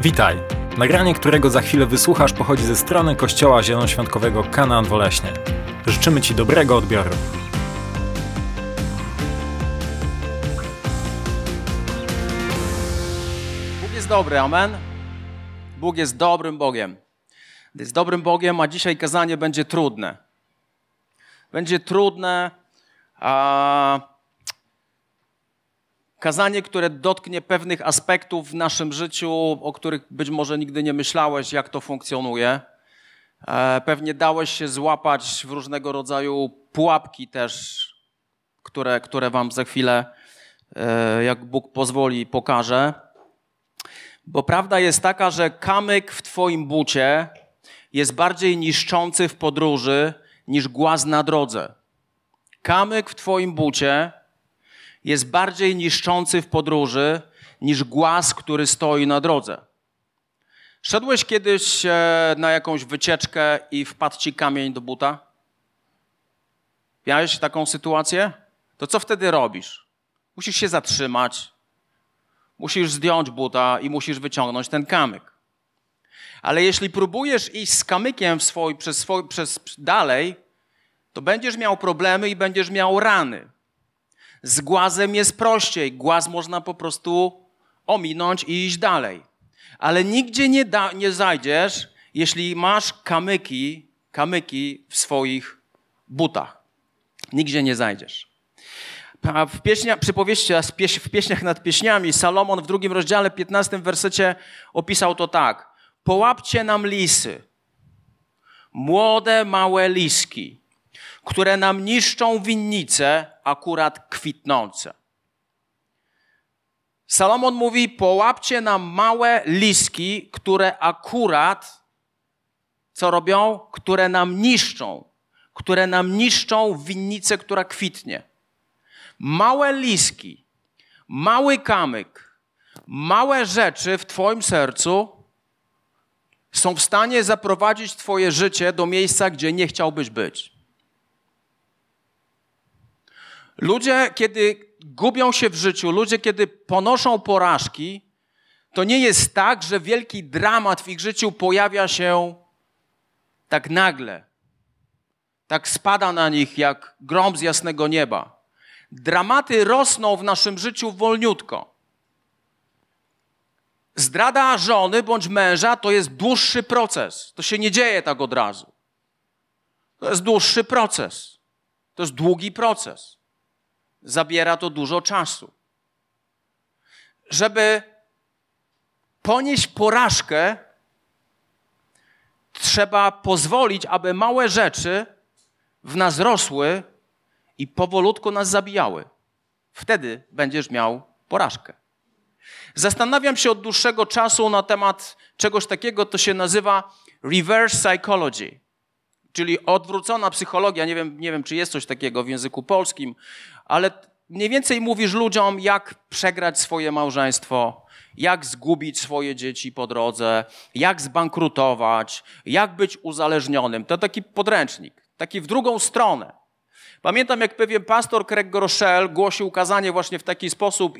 Witaj! Nagranie, którego za chwilę wysłuchasz, pochodzi ze strony Kościoła Zielonoświątkowego Kanaan w Oleśnie. Życzymy Ci dobrego odbioru. Bóg jest dobry, amen? Bóg jest dobrym Bogiem. Jest dobrym Bogiem, a dzisiaj kazanie będzie trudne. Będzie trudne, kazanie, które dotknie pewnych aspektów w naszym życiu, o których być może nigdy nie myślałeś, jak to funkcjonuje. Pewnie dałeś się złapać w różnego rodzaju pułapki też, które wam za chwilę, jak Bóg pozwoli, pokażę. Bo prawda jest taka, że kamyk w twoim bucie jest bardziej niszczący w podróży niż głaz na drodze. Kamyk w twoim bucie jest bardziej niszczący w podróży niż głaz, który stoi na drodze. Szedłeś kiedyś na jakąś wycieczkę i wpadł ci kamień do buta? Miałeś taką sytuację? To co wtedy robisz? Musisz się zatrzymać, musisz zdjąć buta i musisz wyciągnąć ten kamyk. Ale jeśli próbujesz iść z kamykiem dalej, to będziesz miał problemy i będziesz miał rany. Z głazem jest prościej. Głaz można po prostu ominąć i iść dalej. Ale nigdzie nie zajdziesz, jeśli masz kamyki w swoich butach. Nigdzie nie zajdziesz. W pieśniach nad pieśniami Salomon w 2 rozdziale, 15 wersecie opisał to tak. Połapcie nam lisy, młode, małe liski, które nam niszczą winnice, akurat kwitnące. Salomon mówi, połapcie nam małe liski, które akurat, co robią? Które nam niszczą winnicę, która kwitnie. Małe liski, mały kamyk, małe rzeczy w twoim sercu są w stanie zaprowadzić twoje życie do miejsca, gdzie nie chciałbyś być. Ludzie, kiedy gubią się w życiu, ludzie, kiedy ponoszą porażki, to nie jest tak, że wielki dramat w ich życiu pojawia się tak nagle. Tak spada na nich jak grom z jasnego nieba. Dramaty rosną w naszym życiu wolniutko. Zdrada żony bądź męża to jest dłuższy proces. To się nie dzieje tak od razu. To jest dłuższy proces. To jest długi proces. Zabiera to dużo czasu. Żeby ponieść porażkę, trzeba pozwolić, aby małe rzeczy w nas rosły i powolutku nas zabijały. Wtedy będziesz miał porażkę. Zastanawiam się od dłuższego czasu na temat czegoś takiego, to się nazywa reverse psychology, czyli odwrócona psychologia. Nie wiem, czy jest coś takiego w języku polskim, ale mniej więcej mówisz ludziom, jak przegrać swoje małżeństwo, jak zgubić swoje dzieci po drodze, jak zbankrutować, jak być uzależnionym. To taki podręcznik, taki w drugą stronę. Pamiętam, jak pewien pastor Craig Groeschel głosił kazanie właśnie w taki sposób,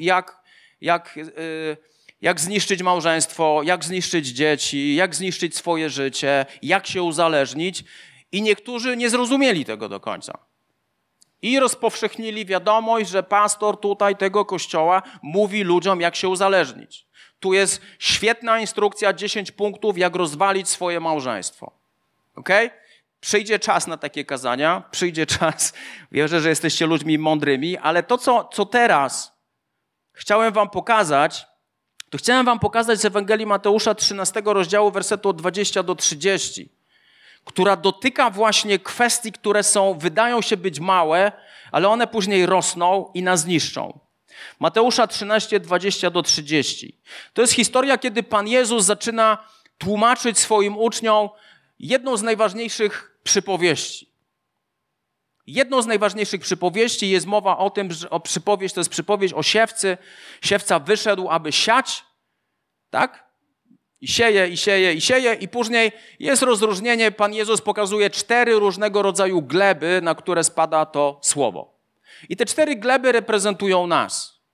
jak zniszczyć małżeństwo, jak zniszczyć dzieci, jak zniszczyć swoje życie, jak się uzależnić. I niektórzy nie zrozumieli tego do końca. I rozpowszechnili wiadomość, że pastor tutaj tego kościoła mówi ludziom, jak się uzależnić. Tu jest świetna instrukcja, 10 punktów, jak rozwalić swoje małżeństwo. Okej? Przyjdzie czas na takie kazania, przyjdzie czas. Wierzę, że jesteście ludźmi mądrymi, ale to, co teraz chciałem wam pokazać z Ewangelii Mateusza 13 rozdziału, wersetu od 20 do 30. Która dotyka właśnie kwestii, które wydają się być małe, ale one później rosną i nas niszczą. Mateusza 13, 20 do 30. To jest historia, kiedy Pan Jezus zaczyna tłumaczyć swoim uczniom jedną z najważniejszych przypowieści. Jedną z najważniejszych przypowieści jest mowa o tym, że to jest przypowieść o siewcy. Siewca wyszedł, aby siać, tak? I sieje i później jest rozróżnienie. Pan Jezus pokazuje 4 różnego rodzaju gleby, na które spada to słowo. I te 4 gleby reprezentują nas.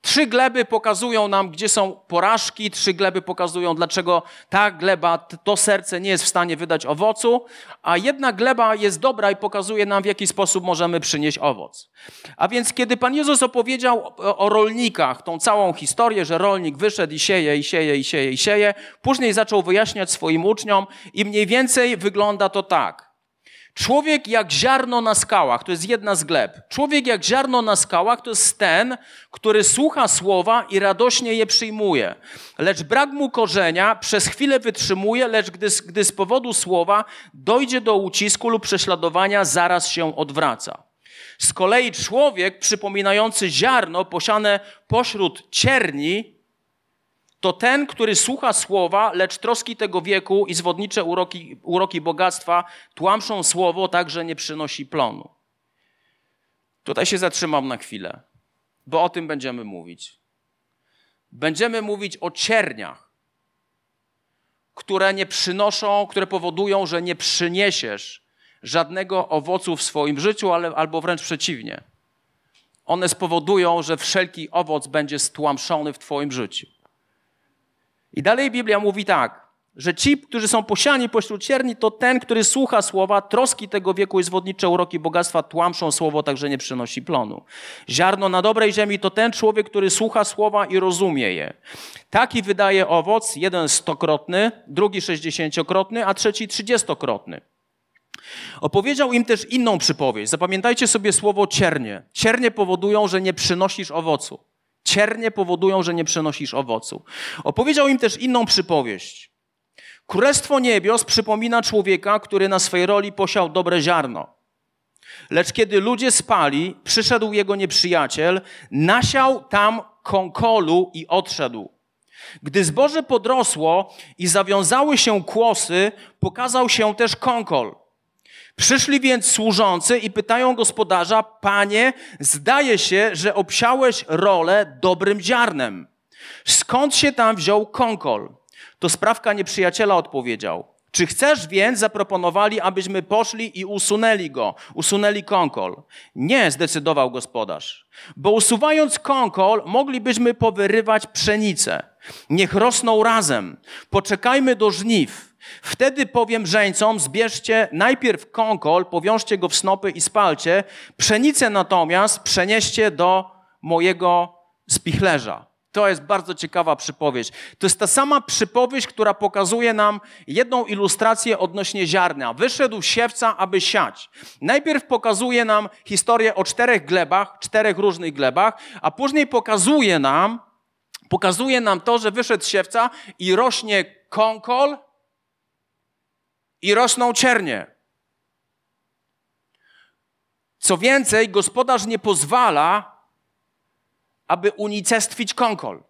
3 gleby pokazują nam, gdzie są porażki, 3 gleby pokazują, dlaczego ta gleba, to serce nie jest w stanie wydać owocu, a 1 gleba jest dobra i pokazuje nam, w jaki sposób możemy przynieść owoc. A więc kiedy Pan Jezus opowiedział o rolnikach, tą całą historię, że rolnik wyszedł i sieje, i sieje, i sieje, i sieje, później zaczął wyjaśniać swoim uczniom i mniej więcej wygląda to tak. Człowiek jak ziarno na skałach, to jest 1 z gleb. Człowiek jak ziarno na skałach to jest ten, który słucha słowa i radośnie je przyjmuje. Lecz brak mu korzenia, przez chwilę wytrzymuje, lecz gdy z powodu słowa dojdzie do ucisku lub prześladowania, zaraz się odwraca. Z kolei człowiek przypominający ziarno posiane pośród cierni, to ten, który słucha słowa, lecz troski tego wieku i zwodnicze uroki bogactwa tłamszą słowo, tak że nie przynosi plonu. Tutaj się zatrzymam na chwilę, bo o tym będziemy mówić. Będziemy mówić o cierniach, które nie przynoszą, które powodują, że nie przyniesiesz żadnego owocu w swoim życiu, albo wręcz przeciwnie. One spowodują, że wszelki owoc będzie stłamszony w twoim życiu. I dalej Biblia mówi tak, że ci, którzy są posiani pośród cierni, to ten, który słucha słowa, troski tego wieku i zwodnicze uroki bogactwa tłamszą słowo, tak że nie przynosi plonu. Ziarno na dobrej ziemi to ten człowiek, który słucha słowa i rozumie je. Taki wydaje owoc, 1 100-krotny, drugi 60-krotny, a trzeci 30-krotny. Opowiedział im też inną przypowieść. Zapamiętajcie sobie słowo ciernie. Ciernie powodują, że nie przynosisz owocu. Ciernie powodują, że nie przynosisz owocu. Opowiedział im też inną przypowieść. Królestwo niebios przypomina człowieka, który na swej roli posiał dobre ziarno. Lecz kiedy ludzie spali, przyszedł jego nieprzyjaciel, nasiał tam kąkolu i odszedł. Gdy zboże podrosło i zawiązały się kłosy, pokazał się też kąkol. Przyszli więc służący i pytają gospodarza: Panie, zdaje się, że obsiałeś rolę dobrym ziarnem. Skąd się tam wziął kąkol? To sprawka nieprzyjaciela odpowiedział: Czy chcesz więc, zaproponowali, abyśmy poszli i usunęli kąkol? Nie, zdecydował gospodarz, bo usuwając kąkol, moglibyśmy powyrywać pszenicę. Niech rosną razem. Poczekajmy do żniw. Wtedy powiem żeńcom: zbierzcie najpierw kąkol, powiążcie go w snopy i spalcie. Pszenicę natomiast przenieście do mojego spichlerza. To jest bardzo ciekawa przypowieść. To jest ta sama przypowieść, która pokazuje nam jedną ilustrację odnośnie ziarna. Wyszedł siewca, aby siać. Najpierw pokazuje nam historię o 4 glebach, 4 różnych glebach, a później pokazuje nam to, że wyszedł siewca i rośnie kąkol i rosną ciernie. Co więcej, gospodarz nie pozwala, aby unicestwić kąkol.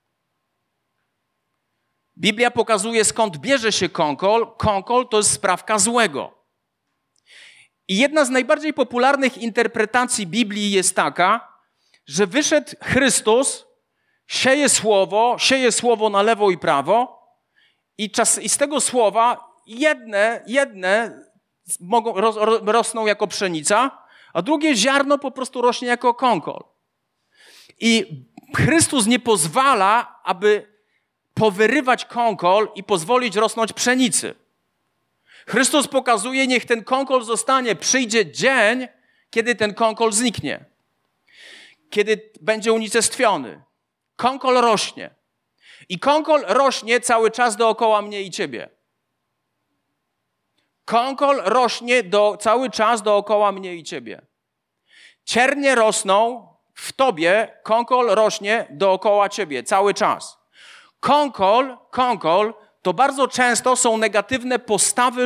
Biblia pokazuje, skąd bierze się kąkol. Kąkol to jest sprawka złego. I jedna z najbardziej popularnych interpretacji Biblii jest taka, że wyszedł Chrystus, sieje słowo na lewo i prawo i z tego słowa jedne rosną jako pszenica, a drugie ziarno po prostu rośnie jako kąkol. I Chrystus nie pozwala, aby powyrywać kąkol i pozwolić rosnąć pszenicy. Chrystus pokazuje, niech ten kąkol zostanie. Przyjdzie dzień, kiedy ten kąkol zniknie. Kiedy będzie unicestwiony. Kąkol rośnie. I kąkol rośnie cały czas dookoła mnie i ciebie. Kąkol rośnie cały czas dookoła mnie i ciebie. Ciernie rosną w tobie, kąkol rośnie dookoła ciebie cały czas. Kąkol to bardzo często są negatywne postawy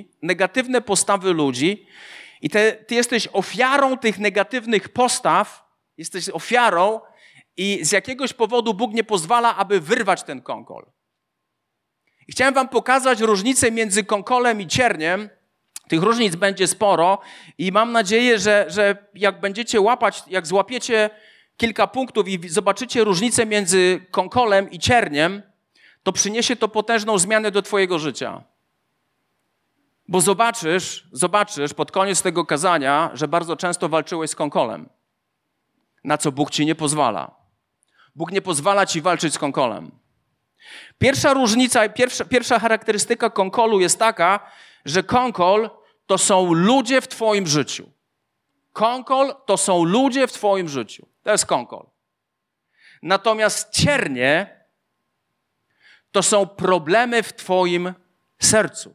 ludzi i ty jesteś ofiarą tych negatywnych postaw, jesteś ofiarą i z jakiegoś powodu Bóg nie pozwala, aby wyrwać ten kąkol. I chciałem wam pokazać różnicę między kąkolem i cierniem. Tych różnic będzie sporo i mam nadzieję, że jak złapiecie kilka punktów i zobaczycie różnicę między kąkolem i cierniem, to przyniesie to potężną zmianę do twojego życia. Bo zobaczysz pod koniec tego kazania, że bardzo często walczyłeś z kąkolem, na co Bóg ci nie pozwala. Bóg nie pozwala ci walczyć z konkolem. Pierwsza różnica, pierwsza charakterystyka konkolu jest taka, że konkol to są ludzie w twoim życiu. Konkol to są ludzie w twoim życiu. To jest konkol. Natomiast ciernie to są problemy w twoim sercu.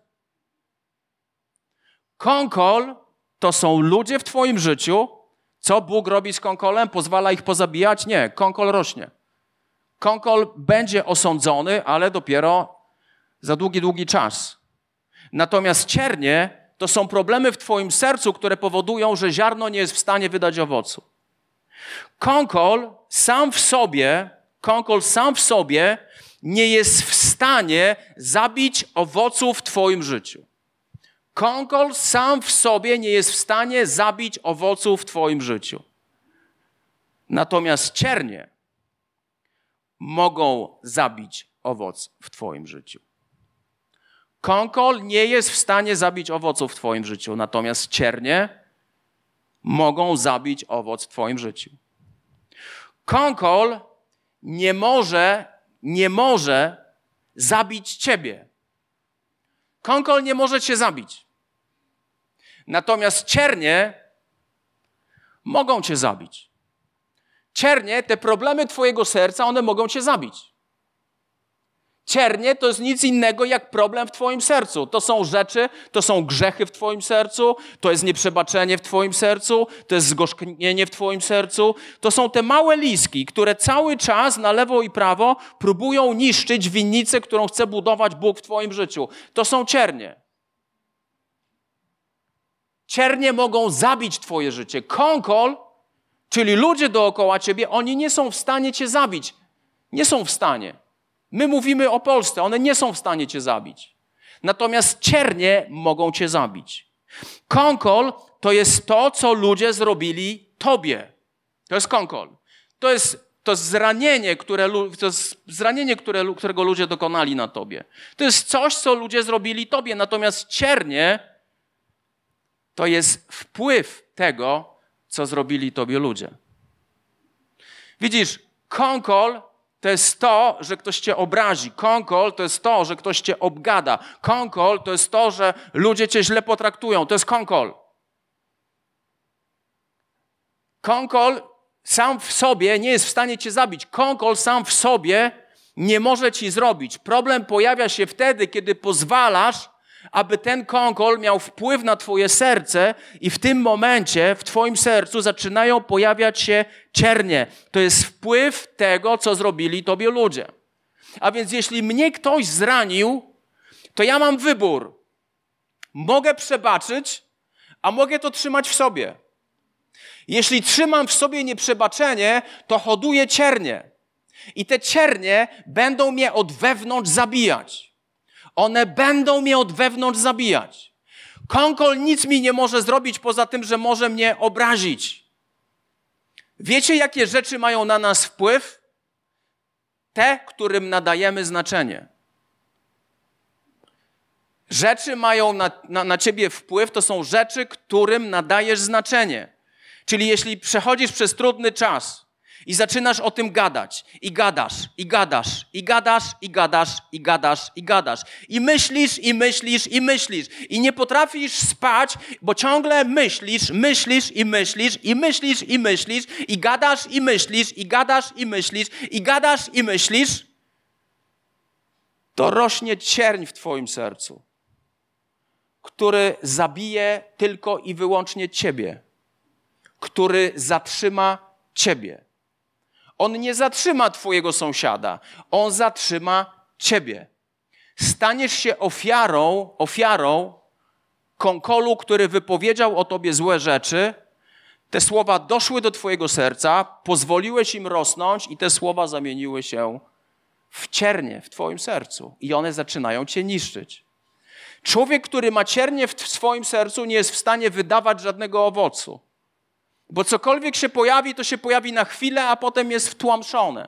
Konkol to są ludzie w twoim życiu. Co Bóg robi z konkolem? Pozwala ich pozabijać? Nie, konkol rośnie. Konkol będzie osądzony, ale dopiero za długi czas. Natomiast ciernie to są problemy w twoim sercu, które powodują, że ziarno nie jest w stanie wydać owocu. Konkol sam w sobie nie jest w stanie zabić owocu w twoim życiu. Konkol sam w sobie nie jest w stanie zabić owocu w twoim życiu. Natomiast ciernie mogą zabić owoc w twoim życiu. Konkol nie jest w stanie zabić owocu w twoim życiu, natomiast ciernie mogą zabić owoc w twoim życiu. Konkol nie może zabić ciebie. Konkol nie może cię zabić. Natomiast ciernie mogą cię zabić. Ciernie, te problemy twojego serca, one mogą cię zabić. Ciernie to jest nic innego jak problem w twoim sercu. To są rzeczy, to są grzechy w twoim sercu, to jest nieprzebaczenie w twoim sercu, to jest zgorzknienie w twoim sercu. To są te małe listki, które cały czas na lewo i prawo próbują niszczyć winnicę, którą chce budować Bóg w twoim życiu. To są ciernie. Ciernie mogą zabić twoje życie. Konkol, czyli ludzie dookoła ciebie, oni nie są w stanie cię zabić. Nie są w stanie. My mówimy o Polsce, one nie są w stanie cię zabić. Natomiast ciernie mogą cię zabić. Konkol to jest to, co ludzie zrobili tobie. To jest konkol. To jest zranienie, którego ludzie dokonali na tobie. To jest coś, co ludzie zrobili tobie. Natomiast ciernie to jest wpływ tego, co zrobili tobie ludzie. Widzisz, konkol to jest to, że ktoś cię obrazi. Konkol to jest to, że ktoś cię obgada. Konkol to jest to, że ludzie cię źle potraktują. To jest konkol. Konkol sam w sobie nie jest w stanie cię zabić. Konkol sam w sobie nie może ci zrobić. Problem pojawia się wtedy, kiedy pozwalasz, aby ten konkol miał wpływ na twoje serce i w tym momencie w twoim sercu zaczynają pojawiać się ciernie. To jest wpływ tego, co zrobili tobie ludzie. A więc jeśli mnie ktoś zranił, to ja mam wybór. Mogę przebaczyć, a mogę to trzymać w sobie. Jeśli trzymam w sobie nieprzebaczenie, to hoduję ciernie. I te ciernie będą mnie od wewnątrz zabijać. One będą mnie od wewnątrz zabijać. Konkol nic mi nie może zrobić poza tym, że może mnie obrazić. Wiecie, jakie rzeczy mają na nas wpływ? Te, którym nadajemy znaczenie. Rzeczy mają na ciebie wpływ, to są rzeczy, którym nadajesz znaczenie. Czyli jeśli przechodzisz przez trudny czas i zaczynasz o tym gadać, i gadasz, i gadasz, i gadasz, i gadasz, i gadasz, i gadasz. I myślisz, i myślisz, i myślisz. I nie potrafisz spać, bo ciągle myślisz, myślisz, i myślisz, i myślisz, i myślisz, i gadasz, i myślisz, i gadasz, i myślisz, i gadasz, i myślisz. To rośnie cierń w twoim sercu, który zabije tylko i wyłącznie ciebie, który zatrzyma ciebie. On nie zatrzyma twojego sąsiada, on zatrzyma ciebie. Staniesz się ofiarą konkolu, który wypowiedział o tobie złe rzeczy. Te słowa doszły do twojego serca, pozwoliłeś im rosnąć i te słowa zamieniły się w ciernie w twoim sercu i one zaczynają cię niszczyć. Człowiek, który ma ciernie w swoim sercu, nie jest w stanie wydawać żadnego owocu. Bo cokolwiek się pojawi, to się pojawi na chwilę, a potem jest wtłamszone.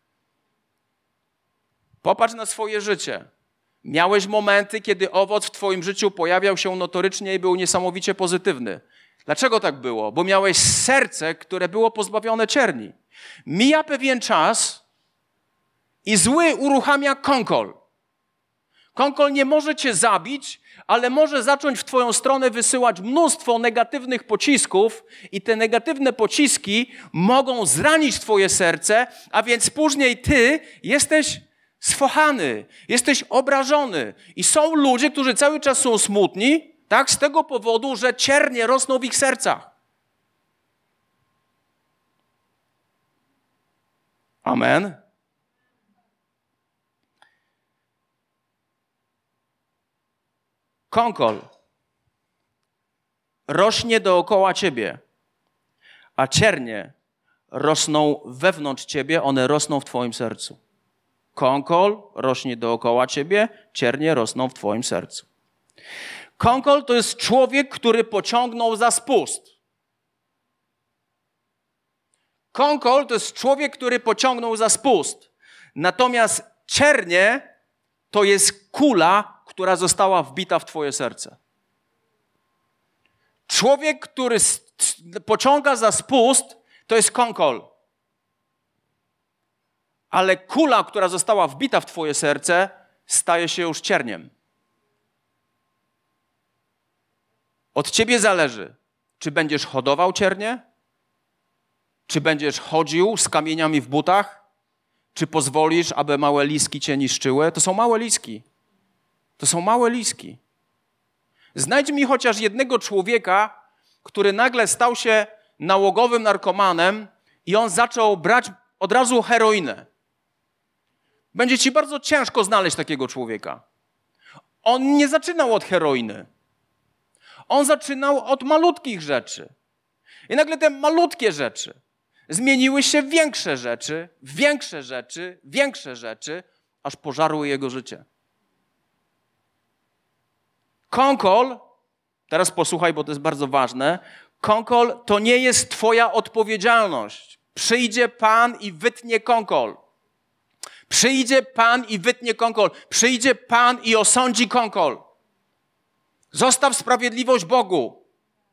Popatrz na swoje życie. Miałeś momenty, kiedy owoc w twoim życiu pojawiał się notorycznie i był niesamowicie pozytywny. Dlaczego tak było? Bo miałeś serce, które było pozbawione cierni. Mija pewien czas I zły uruchamia konkol. Konkol nie może cię zabić, ale może zacząć w twoją stronę wysyłać mnóstwo negatywnych pocisków i te negatywne pociski mogą zranić twoje serce, a więc później ty jesteś sfochany, jesteś obrażony. I są ludzie, którzy cały czas są smutni, tak, z tego powodu, że ciernie rosną w ich sercach. Amen. Konkol rośnie dookoła ciebie, a ciernie rosną wewnątrz ciebie, one rosną w twoim sercu. Konkol rośnie dookoła ciebie, ciernie rosną w twoim sercu. Konkol to jest człowiek, który pociągnął za spust. Konkol to jest człowiek, który pociągnął za spust. Natomiast ciernie to jest kula, która została wbita w twoje serce. Człowiek, który pociąga za spust, to jest konkol. Ale kula, która została wbita w twoje serce, staje się już cierniem. Od ciebie zależy, czy będziesz hodował ciernie, czy będziesz chodził z kamieniami w butach, czy pozwolisz, aby małe liski cię niszczyły. To są małe liski. To są małe liski. Znajdź mi chociaż jednego człowieka, który nagle stał się nałogowym narkomanem i on zaczął brać od razu heroinę. Będzie ci bardzo ciężko znaleźć takiego człowieka. On nie zaczynał od heroiny. On zaczynał od malutkich rzeczy. I nagle te malutkie rzeczy zmieniły się w większe rzeczy, większe rzeczy, aż pożarły jego życie. Konkol, teraz posłuchaj, bo to jest bardzo ważne, konkol to nie jest twoja odpowiedzialność. Przyjdzie Pan i wytnie konkol. Przyjdzie Pan i wytnie konkol. Przyjdzie Pan i osądzi konkol. Zostaw sprawiedliwość Bogu.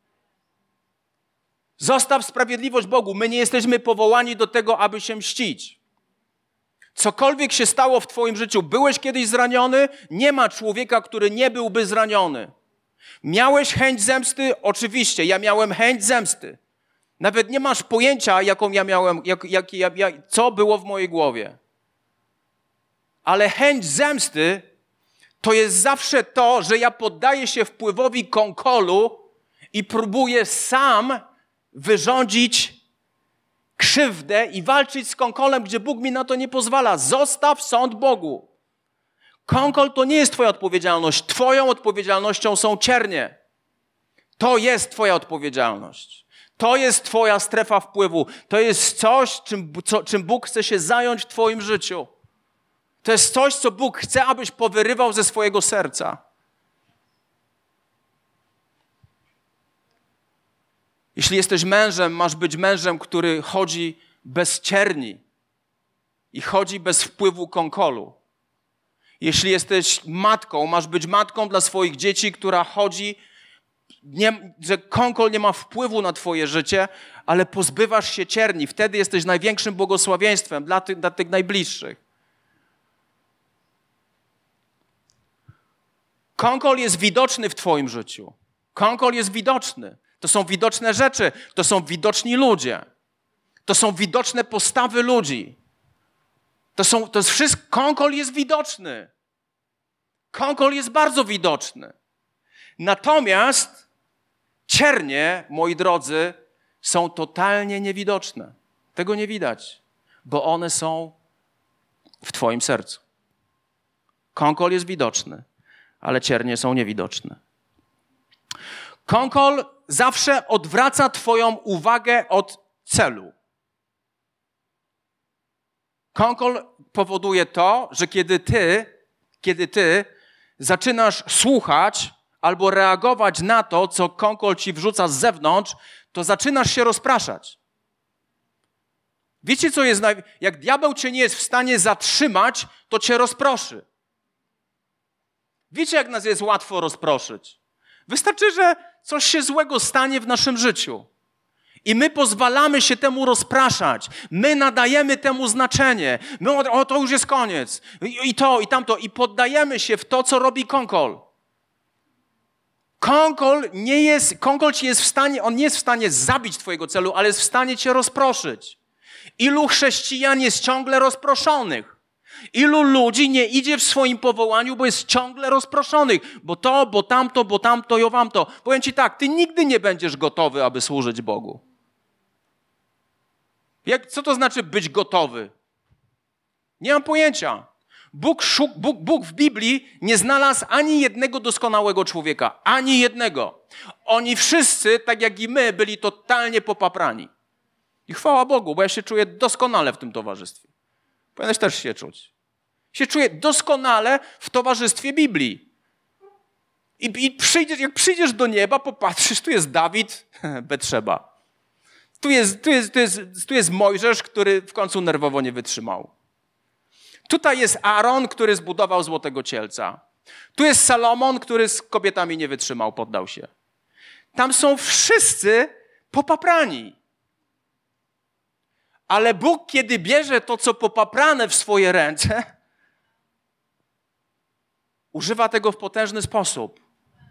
Zostaw sprawiedliwość Bogu. My nie jesteśmy powołani do tego, aby się mścić. Cokolwiek się stało w twoim życiu, byłeś kiedyś zraniony? Nie ma człowieka, który nie byłby zraniony. Miałeś chęć zemsty? Oczywiście, ja miałem chęć zemsty. Nawet nie masz pojęcia, jaką ja miałem, co było w mojej głowie. Ale chęć zemsty to jest zawsze to, że ja poddaję się wpływowi konkolu i próbuję sam wyrządzić krzywdę i walczyć z konkolem, gdzie Bóg mi na to nie pozwala. Zostaw sąd Bogu. Konkol to nie jest twoja odpowiedzialność. Twoją odpowiedzialnością są ciernie. To jest twoja odpowiedzialność. To jest twoja strefa wpływu. To jest coś, czym Bóg chce się zająć w twoim życiu. To jest coś, co Bóg chce, abyś powyrywał ze swojego serca. Jeśli jesteś mężem, masz być mężem, który chodzi bez cierni i chodzi bez wpływu konkolu. Jeśli jesteś matką, masz być matką dla swoich dzieci, która chodzi, że konkol nie ma wpływu na twoje życie, ale pozbywasz się cierni. Wtedy jesteś największym błogosławieństwem dla tych najbliższych. Konkol jest widoczny w twoim życiu. Konkol jest widoczny. To są widoczne rzeczy, to są widoczni ludzie. To są widoczne postawy ludzi. To jest wszystko. Konkol jest widoczny. Konkol jest bardzo widoczny. Natomiast ciernie, moi drodzy, są totalnie niewidoczne. Tego nie widać, bo one są w twoim sercu. Konkol jest widoczny, ale ciernie są niewidoczne. Konkol zawsze odwraca twoją uwagę od celu. Konkol powoduje to, że kiedy ty zaczynasz słuchać albo reagować na to, co konkol ci wrzuca z zewnątrz, to zaczynasz się rozpraszać. Wiecie, co jest? Jak diabeł cię nie jest w stanie zatrzymać, to cię rozproszy. Wiecie, jak nas jest łatwo rozproszyć? Wystarczy, że coś się złego stanie w naszym życiu. I my pozwalamy się temu rozpraszać. My nadajemy temu znaczenie. My, to już jest koniec. I to, i tamto. I poddajemy się w to, co robi Konkol. Konkol ci jest w stanie, on nie jest w stanie zabić twojego celu, ale jest w stanie cię rozproszyć. Ilu chrześcijan jest ciągle rozproszonych? Ilu ludzi nie idzie w swoim powołaniu, bo jest ciągle rozproszonych? Bo to, bo tamto, i owamto. Powiem ci tak, ty nigdy nie będziesz gotowy, aby służyć Bogu. Co to znaczy być gotowy? Nie mam pojęcia. Bóg w Biblii nie znalazł ani jednego doskonałego człowieka. Ani jednego. Oni wszyscy, tak jak i my, byli totalnie popaprani. I chwała Bogu, bo ja się czuję doskonale w tym towarzystwie. Powinieneś też się czuć. Się czuję doskonale w towarzystwie Biblii. I jak przyjdziesz do nieba, popatrzysz, tu jest Dawid, Betrzeba. Tu jest Mojżesz, który w końcu nerwowo nie wytrzymał. Tutaj jest Aaron, który zbudował złotego cielca. Tu jest Salomon, który z kobietami nie wytrzymał, poddał się. Tam są wszyscy popaprani. Ale Bóg, kiedy bierze to, co popaprane w swoje ręce, używa tego w potężny sposób.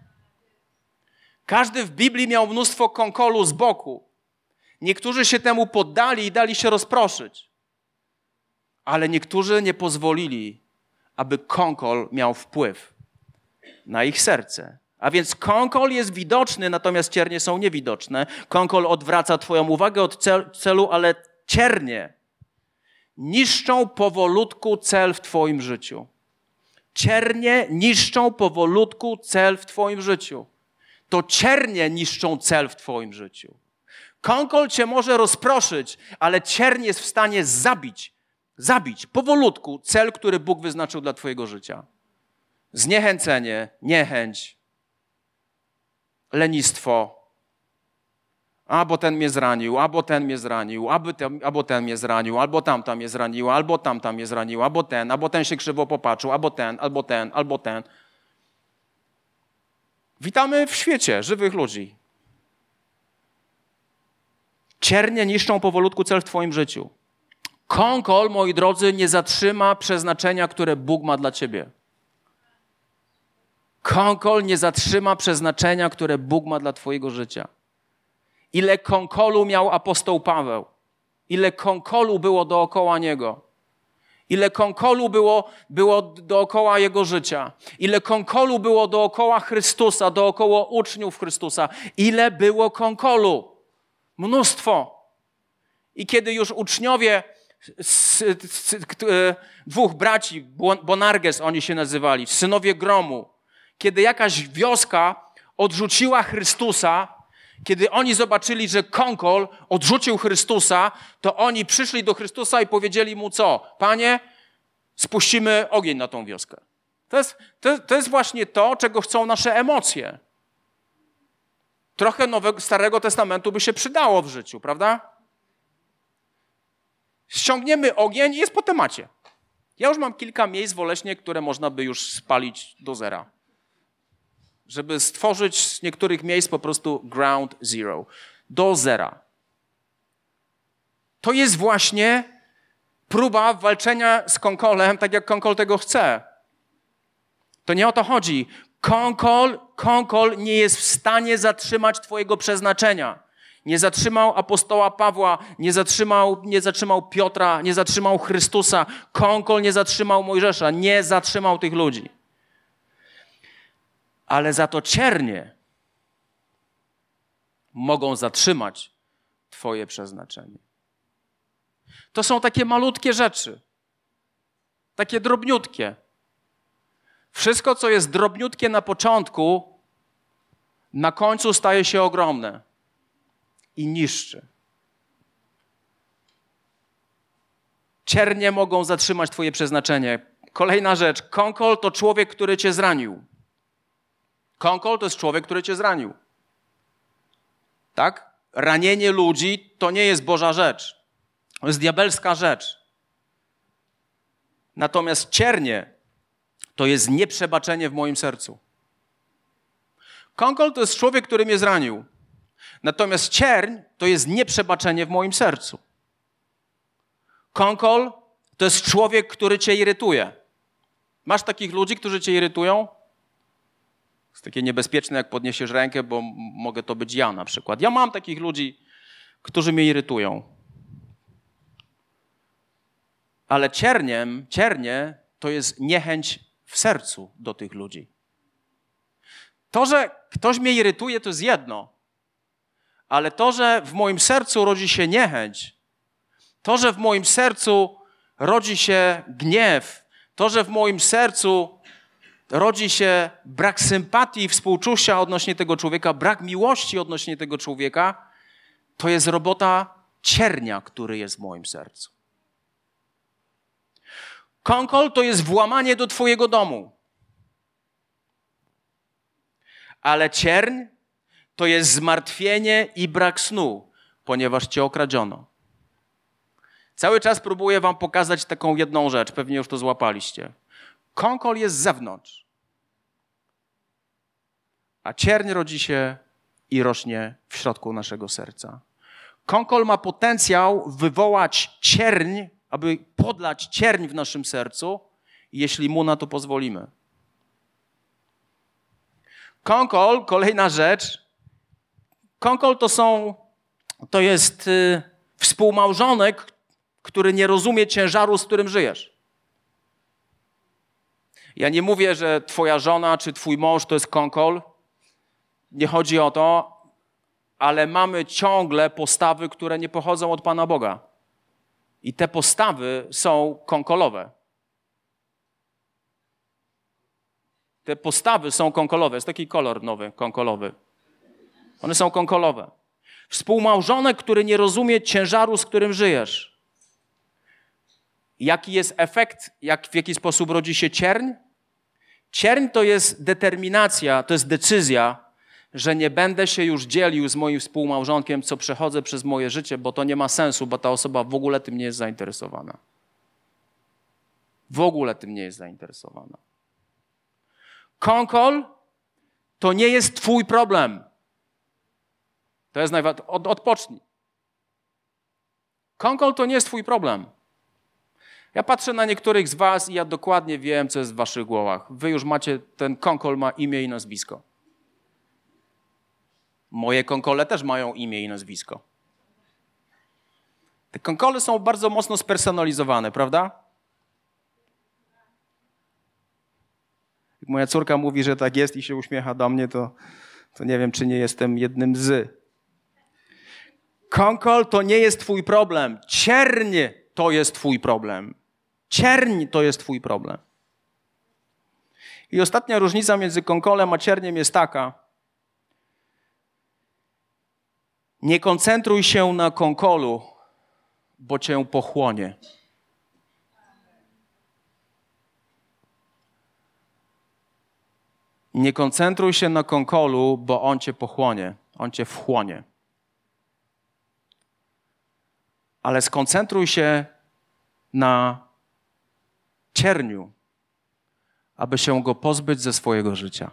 Każdy w Biblii miał mnóstwo konkolu z boku. Niektórzy się temu poddali i dali się rozproszyć. Ale niektórzy nie pozwolili, aby konkol miał wpływ na ich serce. A więc konkol jest widoczny, natomiast ciernie są niewidoczne. Konkol odwraca twoją uwagę od celu, ale ciernie niszczą powolutku cel w twoim życiu. Ciernie niszczą powolutku cel w twoim życiu. To ciernie niszczą cel w twoim życiu. Konkol cię może rozproszyć, ale cierń jest w stanie zabić powolutku cel, który Bóg wyznaczył dla twojego życia. Zniechęcenie, niechęć, lenistwo. Bo ten mnie zranił, albo ten mnie zranił, albo ten mnie zranił, albo tamta mnie zraniła, albo tamta mnie zraniła, albo ten się krzywo popatrzył, albo ten. Witamy w świecie żywych ludzi. Ciernie niszczą powolutku cel w twoim życiu. Konkol, moi drodzy, nie zatrzyma przeznaczenia, które Bóg ma dla ciebie. Konkol nie zatrzyma przeznaczenia, które Bóg ma dla twojego życia. Ile konkolu miał apostoł Paweł. Ile konkolu było dookoła niego. Ile konkolu było dookoła jego życia. Ile konkolu było dookoła Chrystusa, dookoła uczniów Chrystusa. Ile było konkolu. Mnóstwo. I kiedy już uczniowie dwóch braci, Boanerges oni się nazywali, synowie gromu, kiedy jakaś wioska odrzuciła Chrystusa, kiedy oni zobaczyli, że konkol odrzucił Chrystusa, to oni przyszli do Chrystusa i powiedzieli mu co? Panie, spuścimy ogień na tą wioskę. To jest właśnie to, czego chcą nasze emocje. Trochę Starego Testamentu by się przydało w życiu, prawda? Ściągniemy ogień i jest po temacie. Ja już mam kilka miejsc w Oleśnie, które można by już spalić do zera. Żeby stworzyć z niektórych miejsc po prostu ground zero. Do zera. To jest właśnie próba walczenia z konkolem, tak jak konkol tego chce. To nie o to chodzi. Konkol nie jest w stanie zatrzymać twojego przeznaczenia. Nie zatrzymał apostoła Pawła, nie zatrzymał Piotra, nie zatrzymał Chrystusa. Konkol nie zatrzymał Mojżesza, nie zatrzymał tych ludzi. Ale za to ciernie mogą zatrzymać twoje przeznaczenie. To są takie malutkie rzeczy. Takie drobniutkie. Wszystko, co jest drobniutkie na początku, na końcu staje się ogromne i niszczy. Ciernie mogą zatrzymać twoje przeznaczenie. Kolejna rzecz. Konkol to człowiek, który cię zranił. Konkol to jest człowiek, który cię zranił. Tak? Ranienie ludzi to nie jest Boża rzecz. To jest diabelska rzecz. Natomiast ciernie to jest nieprzebaczenie w moim sercu. Konkol to jest człowiek, który mnie zranił. Natomiast cierń to jest nieprzebaczenie w moim sercu. Konkol to jest człowiek, który cię irytuje. Masz takich ludzi, którzy cię irytują? To jest takie niebezpieczne, jak podniesiesz rękę, bo mogę to być ja na przykład. Ja mam takich ludzi, którzy mnie irytują. Ale ciernie to jest niechęć w sercu do tych ludzi. To, że ktoś mnie irytuje, to jest jedno. Ale to, że w moim sercu rodzi się niechęć, to, że w moim sercu rodzi się gniew, to, że w moim sercu rodzi się brak sympatii i współczucia odnośnie tego człowieka, brak miłości odnośnie tego człowieka, to jest robota ciernia, który jest w moim sercu. Konkol to jest włamanie do twojego domu. Ale cierń to jest zmartwienie i brak snu, ponieważ cię okradziono. Cały czas próbuję wam pokazać taką jedną rzecz, pewnie już to złapaliście. Konkol jest z zewnątrz, a cierń rodzi się i rośnie w środku naszego serca. Konkol ma potencjał wywołać cierń, aby podlać cierń w naszym sercu, jeśli mu na to pozwolimy. Konkol, kolejna rzecz. Konkol to jest współmałżonek, który nie rozumie ciężaru, z którym żyjesz. Ja nie mówię, że twoja żona czy twój mąż to jest konkol. Nie chodzi o to, ale mamy ciągle postawy, które nie pochodzą od Pana Boga. I te postawy są konkolowe. Te postawy są konkolowe. Jest taki kolor nowy, konkolowy. One są konkolowe. Współmałżonek, który nie rozumie ciężaru, z którym żyjesz. Jaki jest efekt? W jaki sposób rodzi się cierń? Cierń to jest determinacja, to jest decyzja, że nie będę się już dzielił z moim współmałżonkiem, co przechodzę przez moje życie, bo to nie ma sensu, bo ta osoba w ogóle tym nie jest zainteresowana. W ogóle tym nie jest zainteresowana. Konkol to nie jest twój problem. To jest najważniejsze. Odpocznij. Konkol to nie jest twój problem. Ja patrzę na niektórych z was i ja dokładnie wiem, co jest w waszych głowach. Wy już macie, ten konkol ma imię i nazwisko. Moje konkole też mają imię i nazwisko. Te konkole są bardzo mocno spersonalizowane, prawda? Jak moja córka mówi, że tak jest i się uśmiecha do mnie, to nie wiem, czy nie jestem jednym z. Konkol to nie jest twój problem. Cierń to jest twój problem. Cierń to jest twój problem. I ostatnia różnica między konkolem a cierniem jest taka. Nie koncentruj się na konkolu, bo cię pochłonie. Nie koncentruj się na konkolu, bo on cię pochłonie. On cię wchłonie. Ale skoncentruj się na cierniu, aby się go pozbyć ze swojego życia.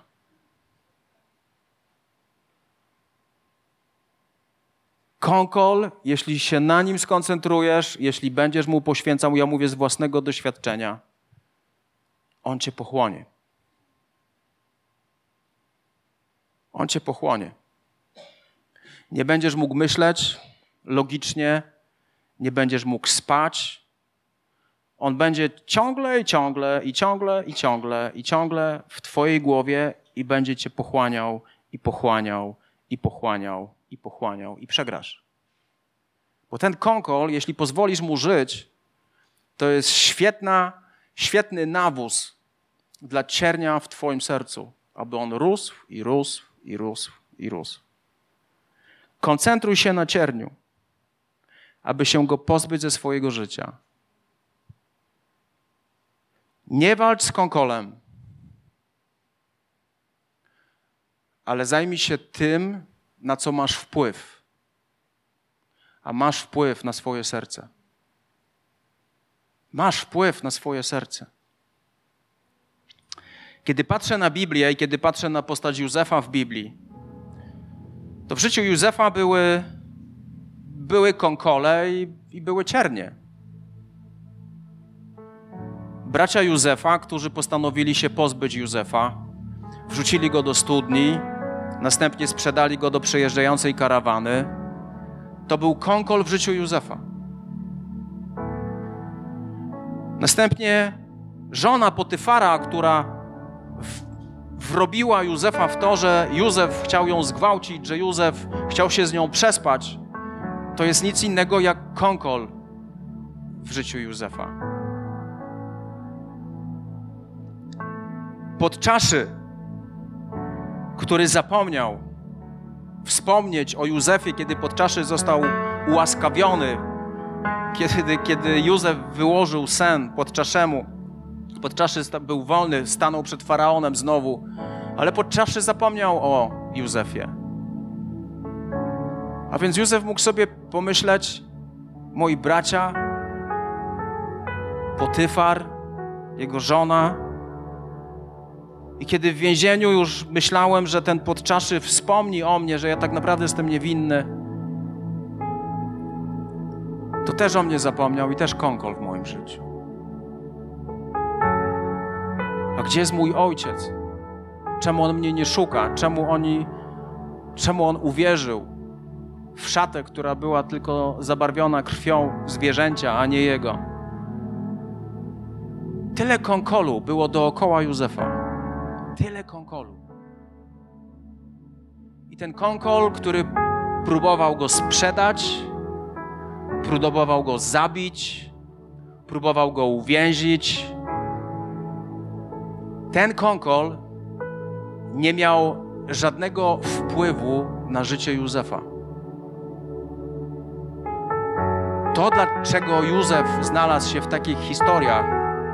Konkol, jeśli się na nim skoncentrujesz, jeśli będziesz mu poświęcał, ja mówię z własnego doświadczenia, on cię pochłonie. On cię pochłonie. Nie będziesz mógł myśleć logicznie, nie będziesz mógł spać. On będzie ciągle w twojej głowie i będzie cię pochłaniał i przegrasz. Bo ten konkol, jeśli pozwolisz mu żyć, to jest świetny nawóz dla ciernia w twoim sercu, aby on rósł. Koncentruj się na cierniu, aby się go pozbyć ze swojego życia. Nie walcz z konkolem, ale zajmij się tym, na co masz wpływ. A masz wpływ na swoje serce. Masz wpływ na swoje serce. Kiedy patrzę na Biblię i kiedy patrzę na postać Józefa w Biblii, to w życiu Józefa były konkole i były ciernie. Bracia Józefa, którzy postanowili się pozbyć Józefa, wrzucili go do studni, następnie sprzedali go do przejeżdżającej karawany. To był konkol w życiu Józefa. Następnie żona Potyfara, która wrobiła Józefa w to, że Józef chciał ją zgwałcić, że Józef chciał się z nią przespać, to jest nic innego jak konkol w życiu Józefa. Podczaszy, który zapomniał wspomnieć o Józefie, kiedy Podczaszy został ułaskawiony, kiedy Józef wyłożył sen Podczaszemu. Podczaszy był wolny, stanął przed Faraonem znowu, ale Podczaszy zapomniał o Józefie. A więc Józef mógł sobie pomyśleć, moi bracia, Potyfar, jego żona. I kiedy w więzieniu już myślałem, że ten Podczaszy wspomni o mnie, że ja tak naprawdę jestem niewinny, to też o mnie zapomniał i też konkol w moim życiu. A gdzie jest mój ojciec? Czemu on mnie nie szuka? Czemu on uwierzył w szatę, która była tylko zabarwiona krwią zwierzęcia, a nie jego? Tyle konkolu było dookoła Józefa. Tyle konkolu. I ten konkol, który próbował go sprzedać, próbował go zabić, próbował go uwięzić, ten konkol nie miał żadnego wpływu na życie Józefa. To, dlaczego Józef znalazł się w takich historiach,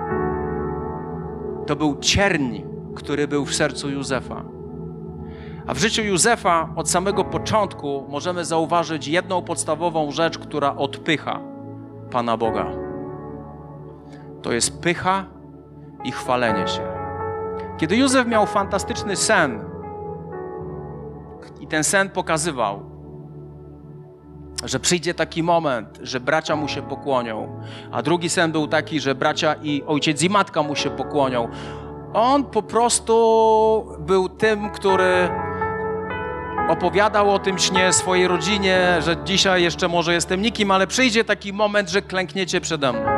to był cierń, który był w sercu Józefa. A w życiu Józefa od samego początku możemy zauważyć jedną podstawową rzecz, która odpycha Pana Boga. To jest pycha i chwalenie się. Kiedy Józef miał fantastyczny sen i ten sen pokazywał, że przyjdzie taki moment, że bracia mu się pokłonią, a drugi sen był taki, że bracia i ojciec i matka mu się pokłonią, on po prostu był tym, który opowiadał o tym śnie swojej rodzinie, że dzisiaj jeszcze może jestem nikim, ale przyjdzie taki moment, że klękniecie przede mną.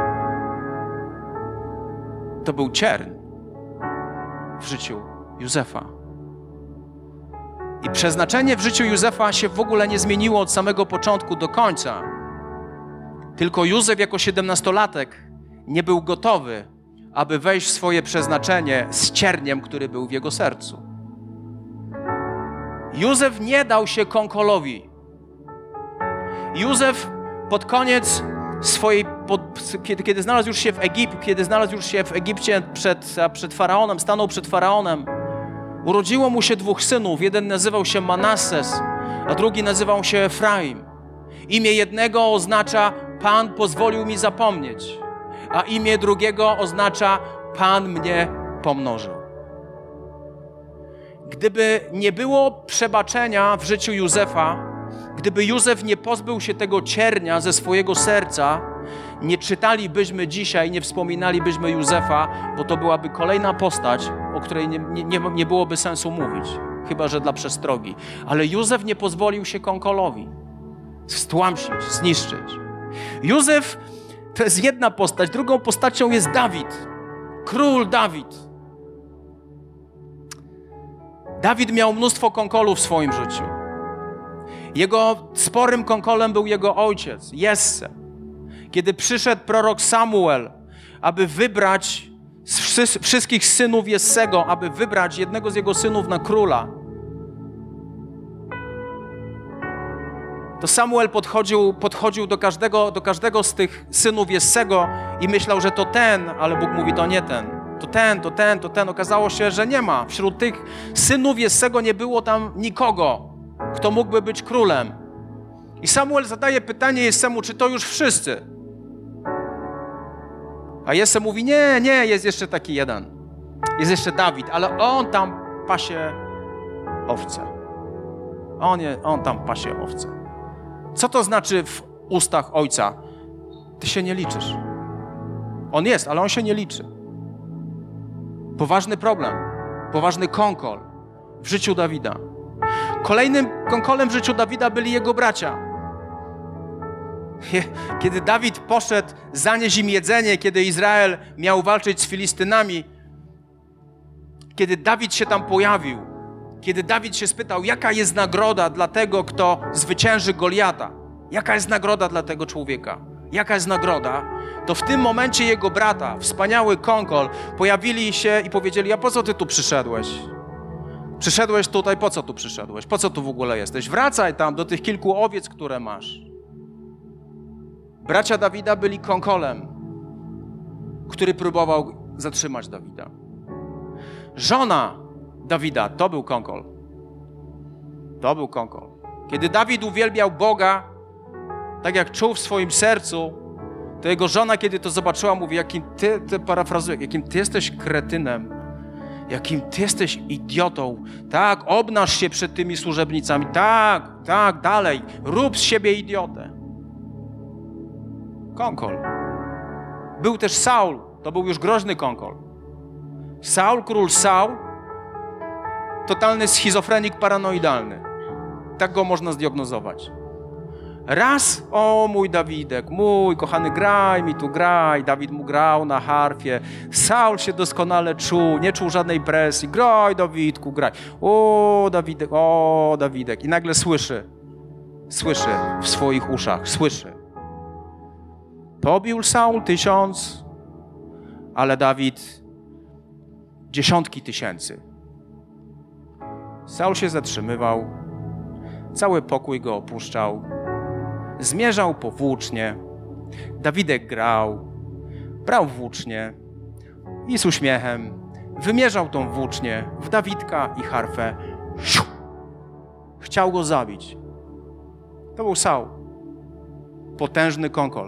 To był cierń w życiu Józefa. I przeznaczenie w życiu Józefa się w ogóle nie zmieniło od samego początku do końca. Tylko Józef jako 17-latek nie był gotowy, aby wejść w swoje przeznaczenie z cierniem, który był w jego sercu. Józef nie dał się konkolowi. Józef pod koniec swojej, kiedy znalazł już się w Egipcie przed Faraonem, stanął przed Faraonem, urodziło mu się 2 synów. Jeden nazywał się Manasses, a drugi nazywał się Efraim. Imię jednego oznacza Pan pozwolił mi zapomnieć, a imię drugiego oznacza Pan mnie pomnożył. Gdyby nie było przebaczenia w życiu Józefa, gdyby Józef nie pozbył się tego ciernia ze swojego serca, nie czytalibyśmy dzisiaj, nie wspominalibyśmy Józefa, bo to byłaby kolejna postać, o której nie byłoby sensu mówić, chyba że dla przestrogi. Ale Józef nie pozwolił się konkolowi stłamsić, zniszczyć. Józef to jest jedna postać, drugą postacią jest Dawid, król Dawid. Dawid miał mnóstwo konkolów w swoim życiu. Jego sporym konkolem był jego ojciec, Jesse. Kiedy przyszedł prorok Samuel, aby wybrać z wszystkich synów Jessego, aby wybrać jednego z jego synów na króla, to Samuel podchodził do każdego z tych synów Jessego i myślał, że to ten, ale Bóg mówi, to nie ten. To ten. Okazało się, że nie ma. Wśród tych synów Jessego nie było tam nikogo, kto mógłby być królem. I Samuel zadaje pytanie Jessemu, czy to już wszyscy? A Jesse mówi, nie, jest jeszcze taki jeden. Jest jeszcze Dawid, ale on tam pasie owce. On tam pasie owce. Co to znaczy w ustach ojca? Ty się nie liczysz. On jest, ale on się nie liczy. Poważny problem, poważny konkol w życiu Dawida. Kolejnym konkolem w życiu Dawida byli jego bracia. Kiedy Dawid poszedł zanieść im jedzenie, kiedy Izrael miał walczyć z Filistynami, kiedy Dawid się tam pojawił, kiedy Dawid się spytał, jaka jest nagroda dla tego, kto zwycięży Goliata, jaka jest nagroda dla tego człowieka, jaka jest nagroda, to w tym momencie jego brata, wspaniały konkol, pojawili się i powiedzieli, a po co ty tu przyszedłeś? Przyszedłeś tutaj, po co tu przyszedłeś? Po co tu w ogóle jesteś? Wracaj tam do tych kilku owiec, które masz. Bracia Dawida byli konkolem, który próbował zatrzymać Dawida. Żona Dawida to był konkol. To był konkol. Kiedy Dawid uwielbiał Boga, tak jak czuł w swoim sercu, to jego żona, kiedy to zobaczyła, mówi, parafrazuję, jakim ty jesteś kretynem, jakim ty jesteś idiotą. Tak, obnaż się przed tymi służebnicami. Tak, dalej. Rób z siebie idiotę. Konkol. Był też Saul. To był już groźny konkol. Saul, król Saul, totalny schizofrenik paranoidalny. Tak go można zdiagnozować. Raz, o mój Dawidek, mój kochany, graj mi tu, graj. Dawid mu grał na harfie. Saul się doskonale czuł, nie czuł żadnej presji. Graj, Dawidku, graj. O, Dawidek. I nagle słyszy w swoich uszach, Pobił Saul 1000, ale Dawid dziesiątki tysięcy. Saul się zatrzymywał, cały pokój go opuszczał, zmierzał po włócznie, Dawidek brał włócznie i z uśmiechem wymierzał tą włócznię w Dawidka i harfę. Chciał go zabić. To był Saul, potężny konkol.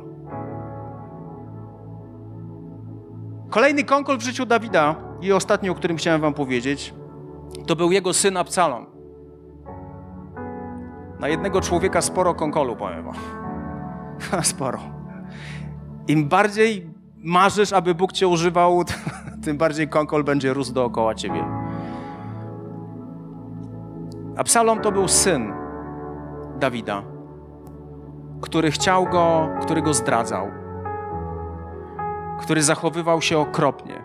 Kolejny konkol w życiu Dawida i ostatni, o którym chciałem wam powiedzieć, to był jego syn Absalom. Na jednego człowieka sporo konkolu, powiem wam. Sporo. Im bardziej marzysz, aby Bóg cię używał, tym bardziej konkol będzie rósł dookoła ciebie. Absalom to był syn Dawida, który go zdradzał, który zachowywał się okropnie.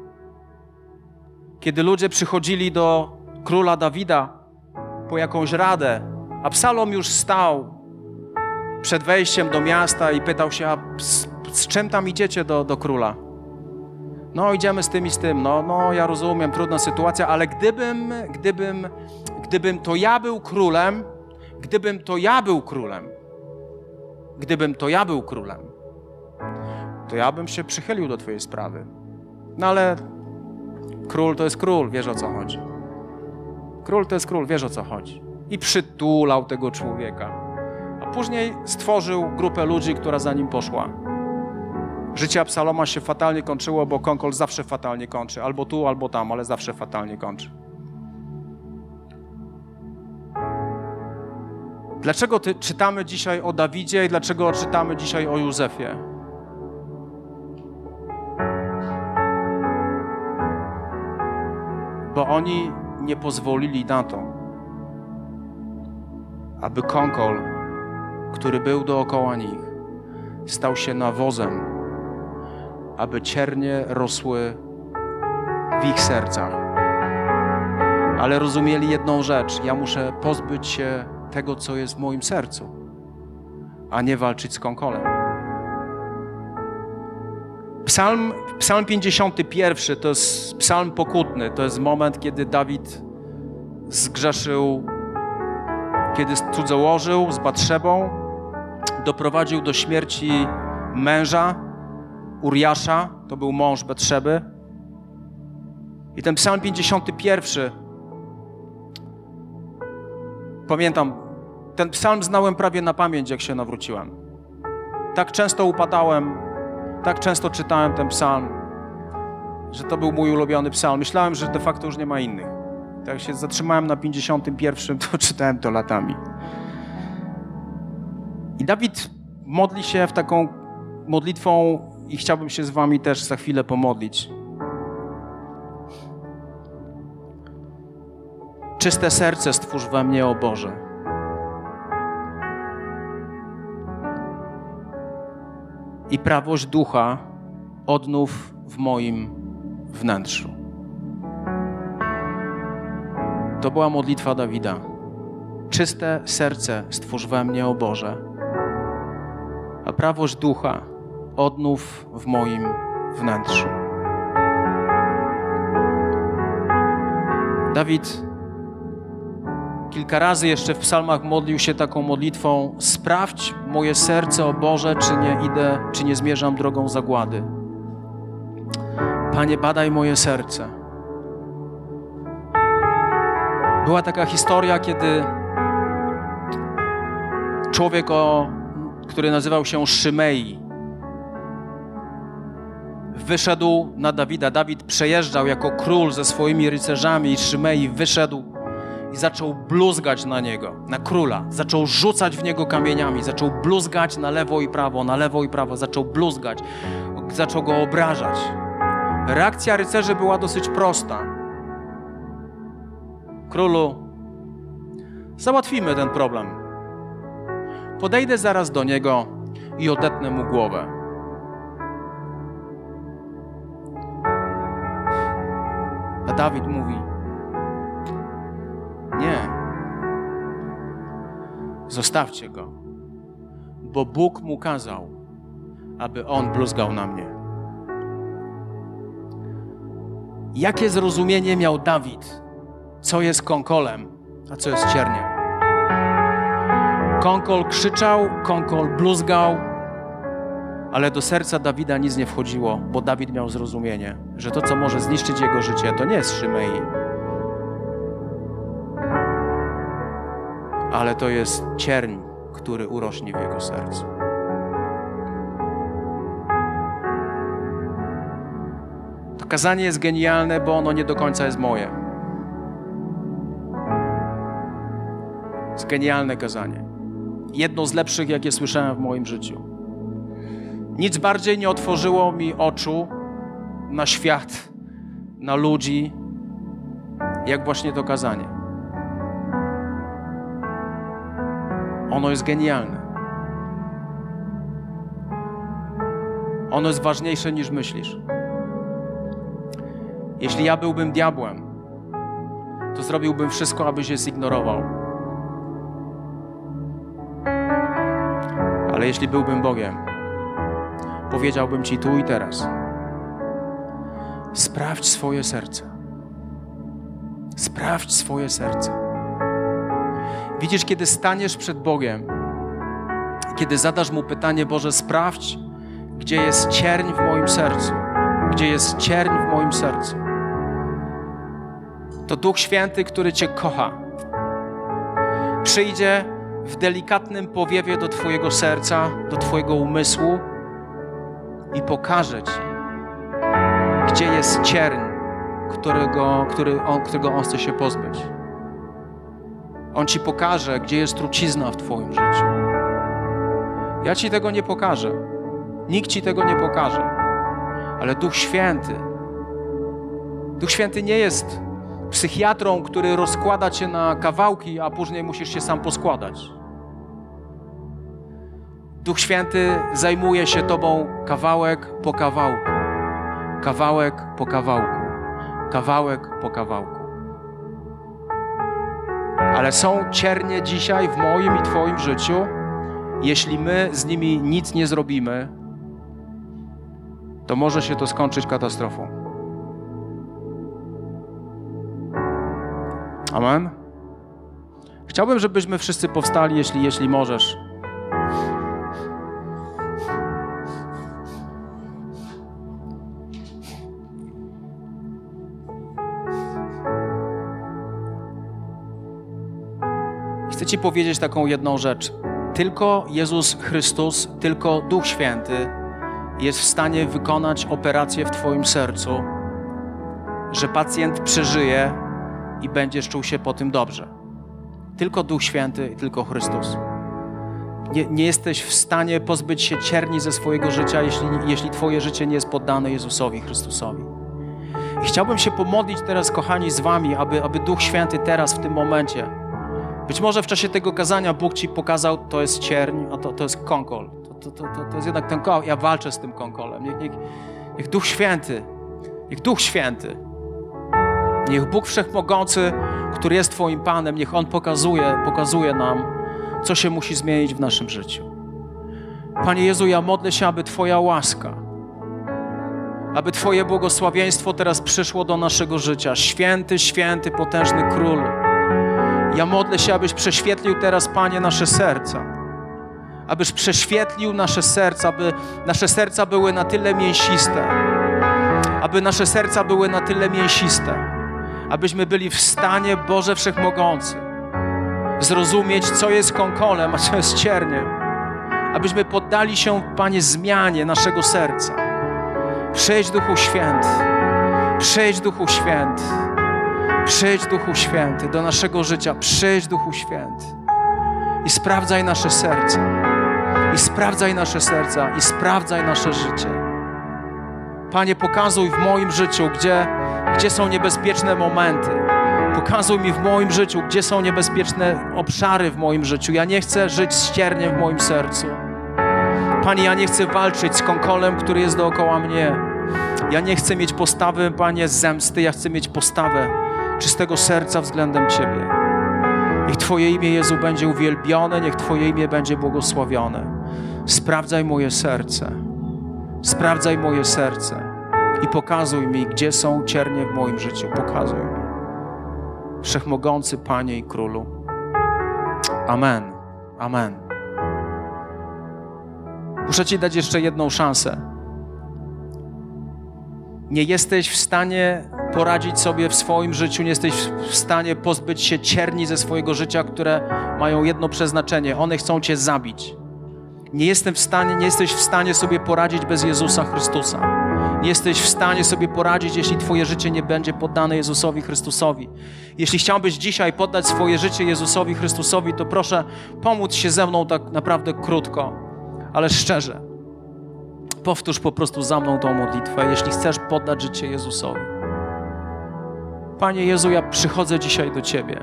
Kiedy ludzie przychodzili do króla Dawida po jakąś radę, Absalom już stał przed wejściem do miasta i pytał się, a z czym tam idziecie do króla? No, idziemy z tym i z tym. No, ja rozumiem, trudna sytuacja, ale gdybym to ja był królem, to ja bym się przychylił do twojej sprawy. No ale król to jest król, wiesz o co chodzi. Król to jest król, wiesz o co chodzi. I przytulał tego człowieka. A później stworzył grupę ludzi, która za nim poszła. Życie Absaloma się fatalnie kończyło, bo konkol zawsze fatalnie kończy. Albo tu, albo tam, ale zawsze fatalnie kończy. Dlaczego czytamy dzisiaj o Dawidzie i dlaczego czytamy dzisiaj o Józefie? Bo oni nie pozwolili na to, aby konkol, który był dookoła nich, stał się nawozem, aby ciernie rosły w ich sercach. Ale rozumieli jedną rzecz: ja muszę pozbyć się tego, co jest w moim sercu, a nie walczyć z konkolem. Psalm 51 to jest psalm pokutny. To jest moment, kiedy Dawid zgrzeszył, kiedy cudzołożył z Batszebą, doprowadził do śmierci męża Uriasza, to był mąż Batszeby. I ten psalm 51, pamiętam, ten psalm znałem prawie na pamięć, jak się nawróciłem. Tak często upadałem, tak często czytałem ten psalm, że to był mój ulubiony psalm. Myślałem, że de facto już nie ma innych. Tak jak się zatrzymałem na 51, to czytałem to latami. I Dawid modli się w taką modlitwą i chciałbym się z wami też za chwilę pomodlić. Czyste serce stwórz we mnie, o Boże. I prawość ducha odnów w moim wnętrzu. To była modlitwa Dawida. Czyste serce stwórz we mnie, o Boże, a prawość ducha odnów w moim wnętrzu. Dawid kilka razy jeszcze w psalmach modlił się taką modlitwą: sprawdź moje serce, o Boże, czy nie zmierzam drogą zagłady. Panie, badaj moje serce. Była taka historia, kiedy człowiek, który nazywał się Szymei, wyszedł na Dawida. Dawid przejeżdżał jako król ze swoimi rycerzami i Szymei wyszedł i zaczął bluzgać na niego, na króla. Zaczął rzucać w niego kamieniami, zaczął bluzgać na lewo i prawo, zaczął bluzgać, zaczął go obrażać. Reakcja rycerzy była dosyć prosta. Królu, załatwimy ten problem. Podejdę zaraz do niego i odetnę mu głowę. A Dawid mówi: nie, zostawcie go, bo Bóg mu kazał, aby on bluzgał na mnie. Jakie zrozumienie miał Dawid, co jest konkolem, a co jest cierniem? Konkol krzyczał, konkol bluzgał, ale do serca Dawida nic nie wchodziło, bo Dawid miał zrozumienie, że to, co może zniszczyć jego życie, to nie jest Szymei, ale to jest cierń, który urośnie w jego sercu. To kazanie jest genialne, bo ono nie do końca jest moje. Jest genialne kazanie. Jedno z lepszych, jakie słyszałem w moim życiu. Nic bardziej nie otworzyło mi oczu na świat, na ludzi, jak właśnie to kazanie. Ono jest genialne. Ono jest ważniejsze niż myślisz. Jeśli ja byłbym diabłem, to zrobiłbym wszystko, abyś je zignorował. Ale jeśli byłbym Bogiem, powiedziałbym ci tu i teraz: sprawdź swoje serce. Sprawdź swoje serce. Widzisz, kiedy staniesz przed Bogiem, kiedy zadasz Mu pytanie: Boże, sprawdź, gdzie jest cierń w moim sercu. Gdzie jest cierń w moim sercu. To Duch Święty, który Cię kocha, przyjdzie w delikatnym powiewie do Twojego serca, do Twojego umysłu i pokaże Ci, gdzie jest cierń, którego On chce się pozbyć. On Ci pokaże, gdzie jest trucizna w Twoim życiu. Ja Ci tego nie pokażę. Nikt Ci tego nie pokaże. Ale Duch Święty nie jest psychiatrą, który rozkłada Cię na kawałki, a później musisz się sam poskładać. Duch Święty zajmuje się Tobą kawałek po kawałku. Kawałek po kawałku. Kawałek po kawałku. Ale są ciernie dzisiaj w moim i Twoim życiu. Jeśli my z nimi nic nie zrobimy, to może się to skończyć katastrofą. Amen? Chciałbym, żebyśmy wszyscy powstali, jeśli możesz. Chcę Ci powiedzieć taką jedną rzecz. Tylko Jezus Chrystus, tylko Duch Święty jest w stanie wykonać operację w Twoim sercu, że pacjent przeżyje i będziesz czuł się po tym dobrze. Tylko Duch Święty i tylko Chrystus. Nie jesteś w stanie pozbyć się cierni ze swojego życia, jeśli twoje życie nie jest poddane Jezusowi Chrystusowi. I chciałbym się pomodlić teraz, kochani, z wami, aby Duch Święty teraz, w tym momencie, być może w czasie tego kazania Bóg ci pokazał, to jest cierń, a to jest konkol. To jest jednak ten konkol. Ja walczę z tym konkolem. Niech Duch Święty, niech Bóg Wszechmogący, który jest twoim Panem, niech On pokazuje nam, co się musi zmienić w naszym życiu. Panie Jezu, ja modlę się, aby Twoja łaska, aby Twoje błogosławieństwo teraz przyszło do naszego życia. Święty, święty, potężny Królu. Ja modlę się, abyś prześwietlił teraz, Panie, nasze serca. Abyś prześwietlił nasze serca, aby nasze serca były na tyle mięsiste. Abyśmy byli w stanie, Boże Wszechmogący, zrozumieć, co jest konkolem, a co jest cierniem. Abyśmy poddali się, Panie, zmianie naszego serca. Przyjdź, Duchu Święty. Przyjdź, Duchu Święty. Przyjdź, Duchu Święty, do naszego życia. Przyjdź, Duchu Święty. I sprawdzaj nasze serca. I sprawdzaj nasze serca. I sprawdzaj nasze życie. Panie, pokazuj w moim życiu, gdzie są niebezpieczne momenty. Pokazuj mi w moim życiu, gdzie są niebezpieczne obszary w moim życiu. Ja nie chcę żyć z cierniem w moim sercu. Panie, ja nie chcę walczyć z konkolem, który jest dookoła mnie. Ja nie chcę mieć postawy, Panie, zemsty. Ja chcę mieć postawę czystego serca względem Ciebie. Niech Twoje imię, Jezu, będzie uwielbione. Niech Twoje imię będzie błogosławione. Sprawdzaj moje serce. Sprawdzaj moje serce. I pokazuj mi, gdzie są ciernie w moim życiu. Pokazuj mi. Wszechmogący Panie i Królu. Amen. Amen. Muszę Ci dać jeszcze jedną szansę. Nie jesteś w stanie poradzić sobie w swoim życiu, nie jesteś w stanie pozbyć się cierni ze swojego życia, które mają jedno przeznaczenie. One chcą Cię zabić. Nie jesteś w stanie sobie poradzić bez Jezusa Chrystusa. Nie jesteś w stanie sobie poradzić, jeśli Twoje życie nie będzie poddane Jezusowi Chrystusowi. Jeśli chciałbyś dzisiaj poddać swoje życie Jezusowi Chrystusowi, to proszę pomóc się ze mną tak naprawdę krótko, ale szczerze. Powtórz po prostu za mną tą modlitwę, jeśli chcesz poddać życie Jezusowi. Panie Jezu, ja przychodzę dzisiaj do Ciebie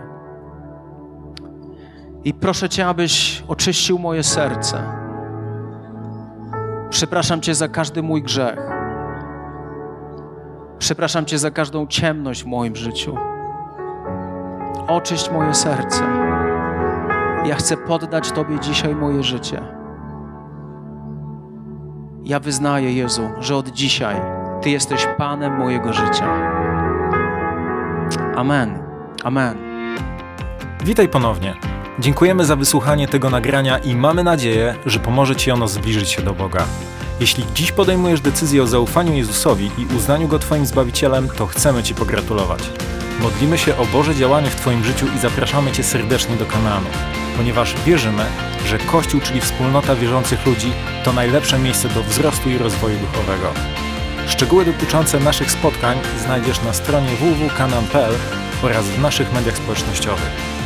i proszę Cię, abyś oczyścił moje serce. Przepraszam Cię za każdy mój grzech. Przepraszam Cię za każdą ciemność w moim życiu. Oczyść moje serce. Ja chcę poddać Tobie dzisiaj moje życie. Ja wyznaję, Jezu, że od dzisiaj Ty jesteś Panem mojego życia. Amen. Amen. Witaj ponownie. Dziękujemy za wysłuchanie tego nagrania i mamy nadzieję, że pomoże Ci ono zbliżyć się do Boga. Jeśli dziś podejmujesz decyzję o zaufaniu Jezusowi i uznaniu Go Twoim Zbawicielem, to chcemy Ci pogratulować. Modlimy się o Boże działanie w Twoim życiu i zapraszamy Cię serdecznie do Kanaanu, ponieważ wierzymy, że Kościół, czyli wspólnota wierzących ludzi, to najlepsze miejsce do wzrostu i rozwoju duchowego. Szczegóły dotyczące naszych spotkań znajdziesz na stronie www.kanaan.pl oraz w naszych mediach społecznościowych.